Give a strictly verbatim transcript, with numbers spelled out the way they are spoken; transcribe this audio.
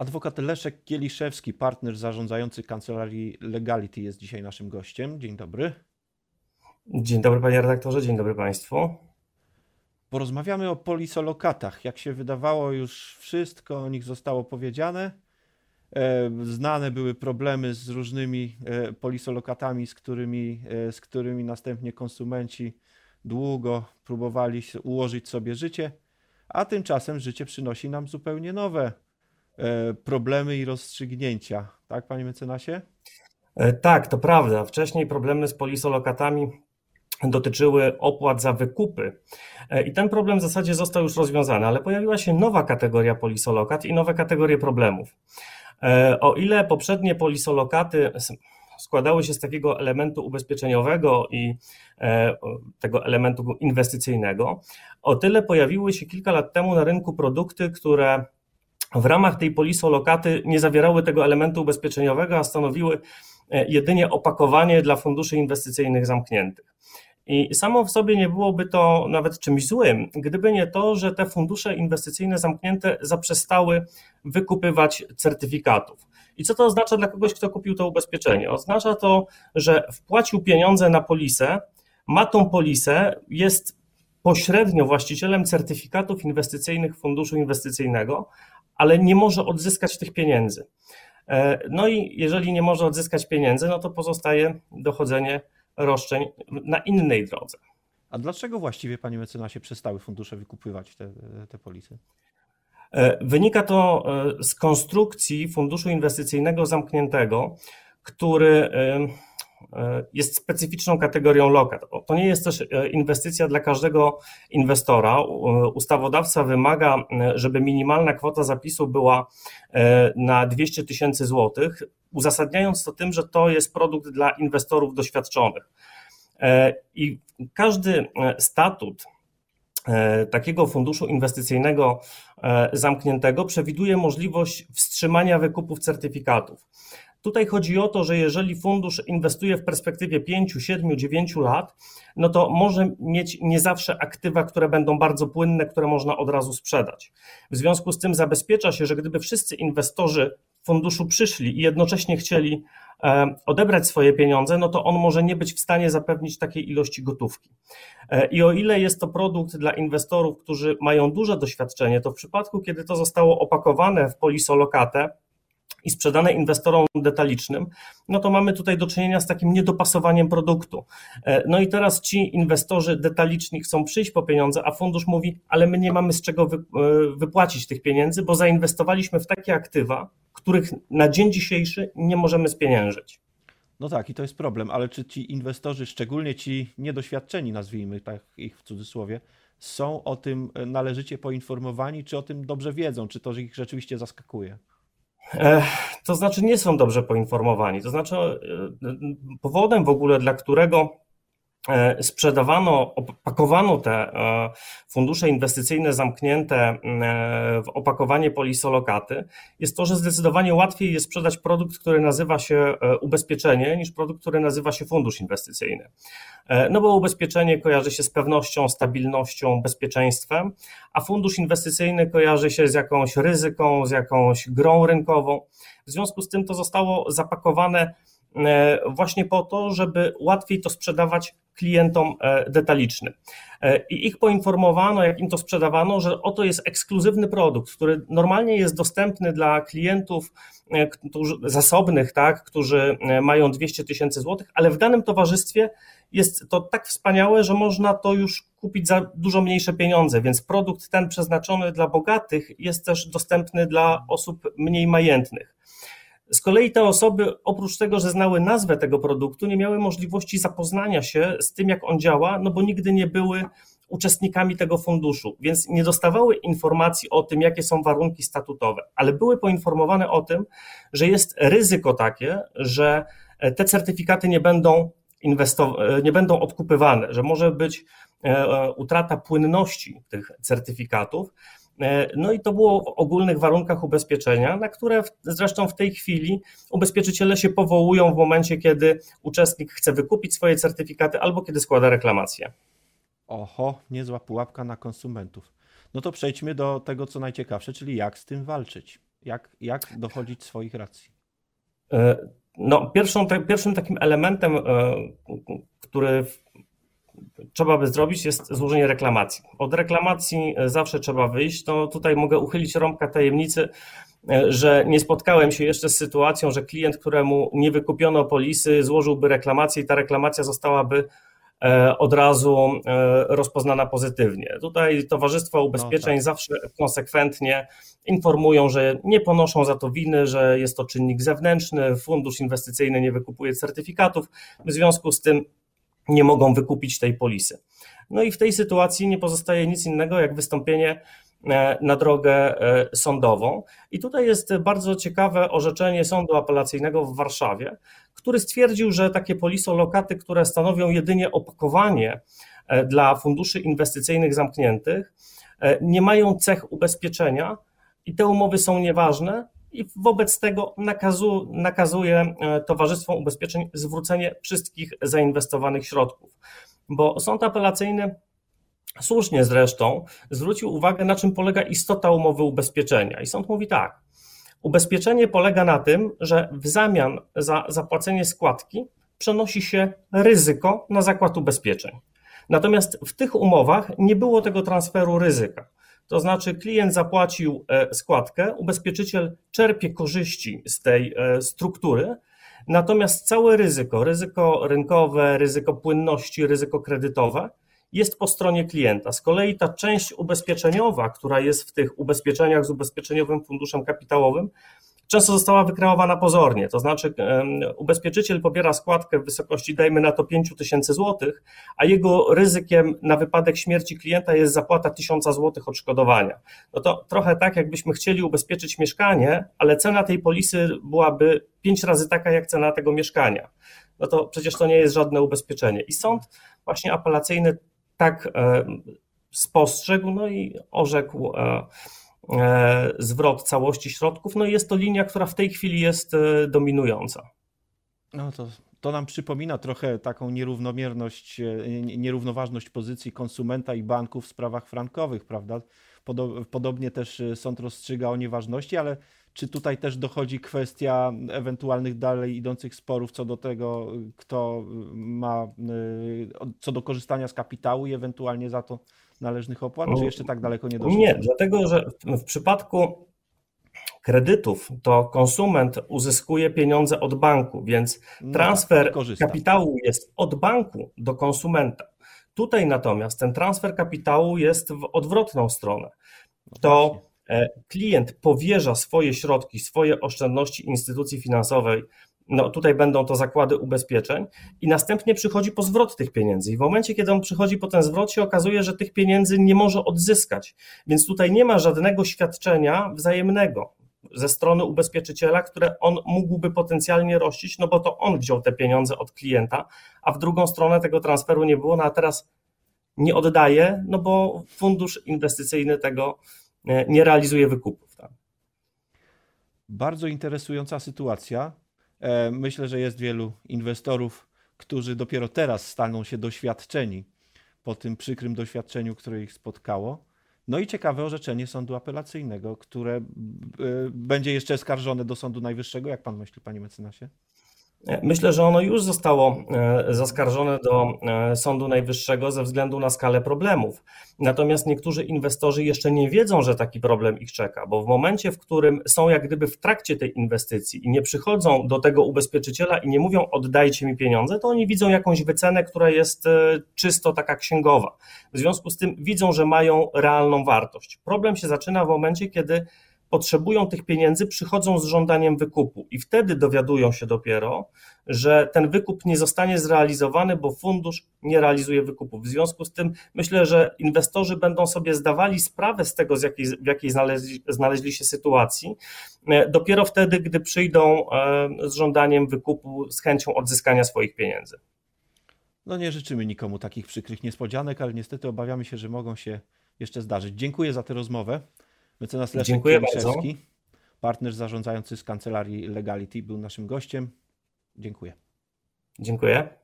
Adwokat Leszek Kieliszewski, partner zarządzający kancelarii Legality, jest dzisiaj naszym gościem. Dzień dobry. Dzień dobry panie redaktorze, dzień dobry państwu. Porozmawiamy o polisolokatach. Jak się wydawało, już wszystko o nich zostało powiedziane. E, Znane były problemy z różnymi e, polisolokatami, z którymi, e, z którymi następnie konsumenci długo próbowali s- ułożyć sobie życie, a tymczasem życie przynosi nam zupełnie nowe e, problemy i rozstrzygnięcia. Tak, panie mecenasie? E, Tak, to prawda. Wcześniej problemy z polisolokatami dotyczyły opłat za wykupy E, i ten problem w zasadzie został już rozwiązany, ale pojawiła się nowa kategoria polisolokat i nowe kategorie problemów. E, O ile poprzednie polisolokaty s- składały się z takiego elementu ubezpieczeniowego i e, o- tego elementu inwestycyjnego, o tyle pojawiły się kilka lat temu na rynku produkty, które w ramach tej polisolokaty nie zawierały tego elementu ubezpieczeniowego, a stanowiły e, jedynie opakowanie dla funduszy inwestycyjnych zamkniętych. I samo w sobie nie byłoby to nawet czymś złym, gdyby nie to, że te fundusze inwestycyjne zamknięte zaprzestały wykupywać certyfikatów. I co to oznacza dla kogoś, kto kupił to ubezpieczenie? Oznacza to, że wpłacił pieniądze na polisę, ma tą polisę, jest pośrednio właścicielem certyfikatów inwestycyjnych funduszu inwestycyjnego, ale nie może odzyskać tych pieniędzy. E, No i jeżeli nie może odzyskać pieniędzy, no to pozostaje dochodzenie roszczeń na innej drodze. A dlaczego właściwie, panie mecenasie, przestały fundusze wykupywać te, te polisy? E, Wynika to e, z konstrukcji funduszu inwestycyjnego zamkniętego, który e, e, jest specyficzną kategorią lokat. O, To nie jest też e, inwestycja dla każdego inwestora. U- Ustawodawca wymaga, e, żeby minimalna kwota zapisu była e, na dwieście tysięcy złotych, uzasadniając to tym, że to jest produkt dla inwestorów doświadczonych. E, I każdy e, statut e, takiego funduszu inwestycyjnego e, zamkniętego przewiduje możliwość wstrzymania wykupów certyfikatów. Tutaj chodzi o to, że jeżeli fundusz inwestuje w perspektywie pięć, siedem, dziewięć lat, no to może mieć nie zawsze aktywa, które będą bardzo płynne, które można od razu sprzedać. W związku z tym zabezpiecza się, że gdyby wszyscy inwestorzy funduszu przyszli i jednocześnie chcieli e, odebrać swoje pieniądze, no to on może nie być w stanie zapewnić takiej ilości gotówki. E, I o ile jest to produkt dla inwestorów, którzy mają duże doświadczenie, to w przypadku, kiedy to zostało opakowane w polisolokatę i sprzedane inwestorom detalicznym, no to mamy tutaj do czynienia z takim niedopasowaniem produktu. E, No i teraz ci inwestorzy detaliczni chcą przyjść po pieniądze, a fundusz mówi, ale my nie mamy z czego wy, e, wypłacić tych pieniędzy, bo zainwestowaliśmy w takie aktywa, których na dzień dzisiejszy nie możemy spieniężyć. No tak, i to jest problem, ale czy ci inwestorzy, szczególnie ci niedoświadczeni, nazwijmy tak ich w cudzysłowie, są o tym e, należycie poinformowani, czy o tym dobrze wiedzą, czy to ich rzeczywiście zaskakuje? E, To znaczy nie są dobrze poinformowani. To znaczy e, powodem w ogóle, dla którego e, sprzedawano, opakowano te e, fundusze inwestycyjne zamknięte e, w opakowanie polisolokaty, jest to, że zdecydowanie łatwiej jest sprzedać produkt, który nazywa się e, ubezpieczenie, niż produkt, który nazywa się fundusz inwestycyjny. E, No bo ubezpieczenie kojarzy się z pewnością, stabilnością, bezpieczeństwem, a fundusz inwestycyjny kojarzy się z jakąś ryzyką, z jakąś grą rynkową. W związku z tym to zostało zapakowane e, właśnie po to, żeby łatwiej to sprzedawać klientom e, detalicznym. E, I ich poinformowano, jak im to sprzedawano, że oto jest ekskluzywny produkt, który normalnie jest dostępny dla klientów e, którzy, zasobnych, tak, którzy e, mają dwieście tysięcy złotych, ale w danym towarzystwie jest to tak wspaniałe, że można to już kupić za dużo mniejsze pieniądze, więc produkt ten przeznaczony dla bogatych jest też dostępny dla osób mniej majętnych. Z kolei te osoby, oprócz tego, że znały nazwę tego produktu, nie miały możliwości zapoznania się z tym, jak on działa, no bo nigdy nie były uczestnikami tego funduszu, więc nie dostawały informacji o tym, jakie są warunki statutowe, ale były poinformowane o tym, że jest ryzyko takie, że te certyfikaty nie będą inwestow- nie będą odkupywane, że może być e, utrata płynności tych certyfikatów. E, No i to było w ogólnych warunkach ubezpieczenia, na które w- zresztą w tej chwili ubezpieczyciele się powołują w momencie, kiedy uczestnik chce wykupić swoje certyfikaty albo kiedy składa reklamację. Oho, niezła pułapka na konsumentów. No to przejdźmy do tego, co najciekawsze, czyli jak z tym walczyć. Jak, jak dochodzić swoich racji? No, pierwszą, pierwszym takim elementem, który trzeba by zrobić, jest złożenie reklamacji. Od reklamacji zawsze trzeba wyjść. To tutaj mogę uchylić rąbka tajemnicy, że nie spotkałem się jeszcze z sytuacją, że klient, któremu nie wykupiono polisy, złożyłby reklamację i ta reklamacja zostałaby od razu rozpoznana pozytywnie. Tutaj towarzystwa ubezpieczeń no tak. zawsze konsekwentnie informują, że nie ponoszą za to winy, że jest to czynnik zewnętrzny, fundusz inwestycyjny nie wykupuje certyfikatów, w związku z tym nie mogą wykupić tej polisy. No i w tej sytuacji nie pozostaje nic innego jak wystąpienie na drogę sądową. I tutaj jest bardzo ciekawe orzeczenie Sądu Apelacyjnego w Warszawie, który stwierdził, że takie polisolokaty, które stanowią jedynie opakowanie dla funduszy inwestycyjnych zamkniętych, nie mają cech ubezpieczenia i te umowy są nieważne i wobec tego nakazu, nakazuje towarzystwom ubezpieczeń zwrócenie wszystkich zainwestowanych środków. Bo Sąd Apelacyjny słusznie zresztą zwrócił uwagę, na czym polega istota umowy ubezpieczenia. I sąd mówi tak, ubezpieczenie polega na tym, że w zamian za zapłacenie składki przenosi się ryzyko na zakład ubezpieczeń. Natomiast w tych umowach nie było tego transferu ryzyka. To znaczy klient zapłacił składkę, ubezpieczyciel czerpie korzyści z tej struktury, natomiast całe ryzyko, ryzyko rynkowe, ryzyko płynności, ryzyko kredytowe jest po stronie klienta. Z kolei ta część ubezpieczeniowa, która jest w tych ubezpieczeniach z ubezpieczeniowym funduszem kapitałowym, często została wykreowana pozornie. To znaczy ubezpieczyciel pobiera składkę w wysokości, dajmy na to pięć tysięcy złotych, a jego ryzykiem na wypadek śmierci klienta jest zapłata tysiąc złotych odszkodowania. No to trochę tak, jakbyśmy chcieli ubezpieczyć mieszkanie, ale cena tej polisy byłaby pięć razy taka, jak cena tego mieszkania. No to przecież to nie jest żadne ubezpieczenie. I sąd właśnie apelacyjny tak spostrzegł, no i orzekł zwrot całości środków. No i jest to linia, która w tej chwili jest dominująca. No to, to nam przypomina trochę taką nierównomierność, nierównoważność pozycji konsumenta i banków w sprawach frankowych, prawda? Podobnie też sąd rozstrzyga o nieważności, ale czy tutaj też dochodzi kwestia ewentualnych dalej idących sporów co do tego, kto ma, co do korzystania z kapitału i ewentualnie za to należnych opłat, czy jeszcze tak daleko nie doszło? Nie, dlatego że w przypadku kredytów to konsument uzyskuje pieniądze od banku, więc transfer no tak, kapitału jest od banku do konsumenta. Tutaj natomiast ten transfer kapitału jest w odwrotną stronę. To klient powierza swoje środki, swoje oszczędności instytucji finansowej, no tutaj będą to zakłady ubezpieczeń i następnie przychodzi po zwrot tych pieniędzy i w momencie, kiedy on przychodzi po ten zwrot, się okazuje, że tych pieniędzy nie może odzyskać, więc tutaj nie ma żadnego świadczenia wzajemnego ze strony ubezpieczyciela, które on mógłby potencjalnie rościć, no bo to on wziął te pieniądze od klienta, a w drugą stronę tego transferu nie było, no a teraz nie oddaje, no bo fundusz inwestycyjny tego nie realizuje wykupów. Tak? Bardzo interesująca sytuacja. Myślę, że jest wielu inwestorów, którzy dopiero teraz staną się doświadczeni po tym przykrym doświadczeniu, które ich spotkało. No i ciekawe orzeczenie Sądu Apelacyjnego, które będzie jeszcze skarżone do Sądu Najwyższego. Jak pan myśli, panie mecenasie? Myślę, że ono już zostało zaskarżone do Sądu Najwyższego ze względu na skalę problemów. Natomiast niektórzy inwestorzy jeszcze nie wiedzą, że taki problem ich czeka, bo w momencie, w którym są jak gdyby w trakcie tej inwestycji i nie przychodzą do tego ubezpieczyciela i nie mówią oddajcie mi pieniądze, to oni widzą jakąś wycenę, która jest czysto taka księgowa. W związku z tym widzą, że mają realną wartość. Problem się zaczyna w momencie, kiedy potrzebują tych pieniędzy, przychodzą z żądaniem wykupu i wtedy dowiadują się dopiero, że ten wykup nie zostanie zrealizowany, bo fundusz nie realizuje wykupu. W związku z tym myślę, że inwestorzy będą sobie zdawali sprawę z tego, z jakiej, w jakiej znaleźli, znaleźli się sytuacji, dopiero wtedy, gdy przyjdą z żądaniem wykupu, z chęcią odzyskania swoich pieniędzy. No nie życzymy nikomu takich przykrych niespodzianek, ale niestety obawiamy się, że mogą się jeszcze zdarzyć. Dziękuję za tę rozmowę. Mecenas Leszek Kieliszewski, partner zarządzający z kancelarii Legality, był naszym gościem. Dziękuję. Dziękuję.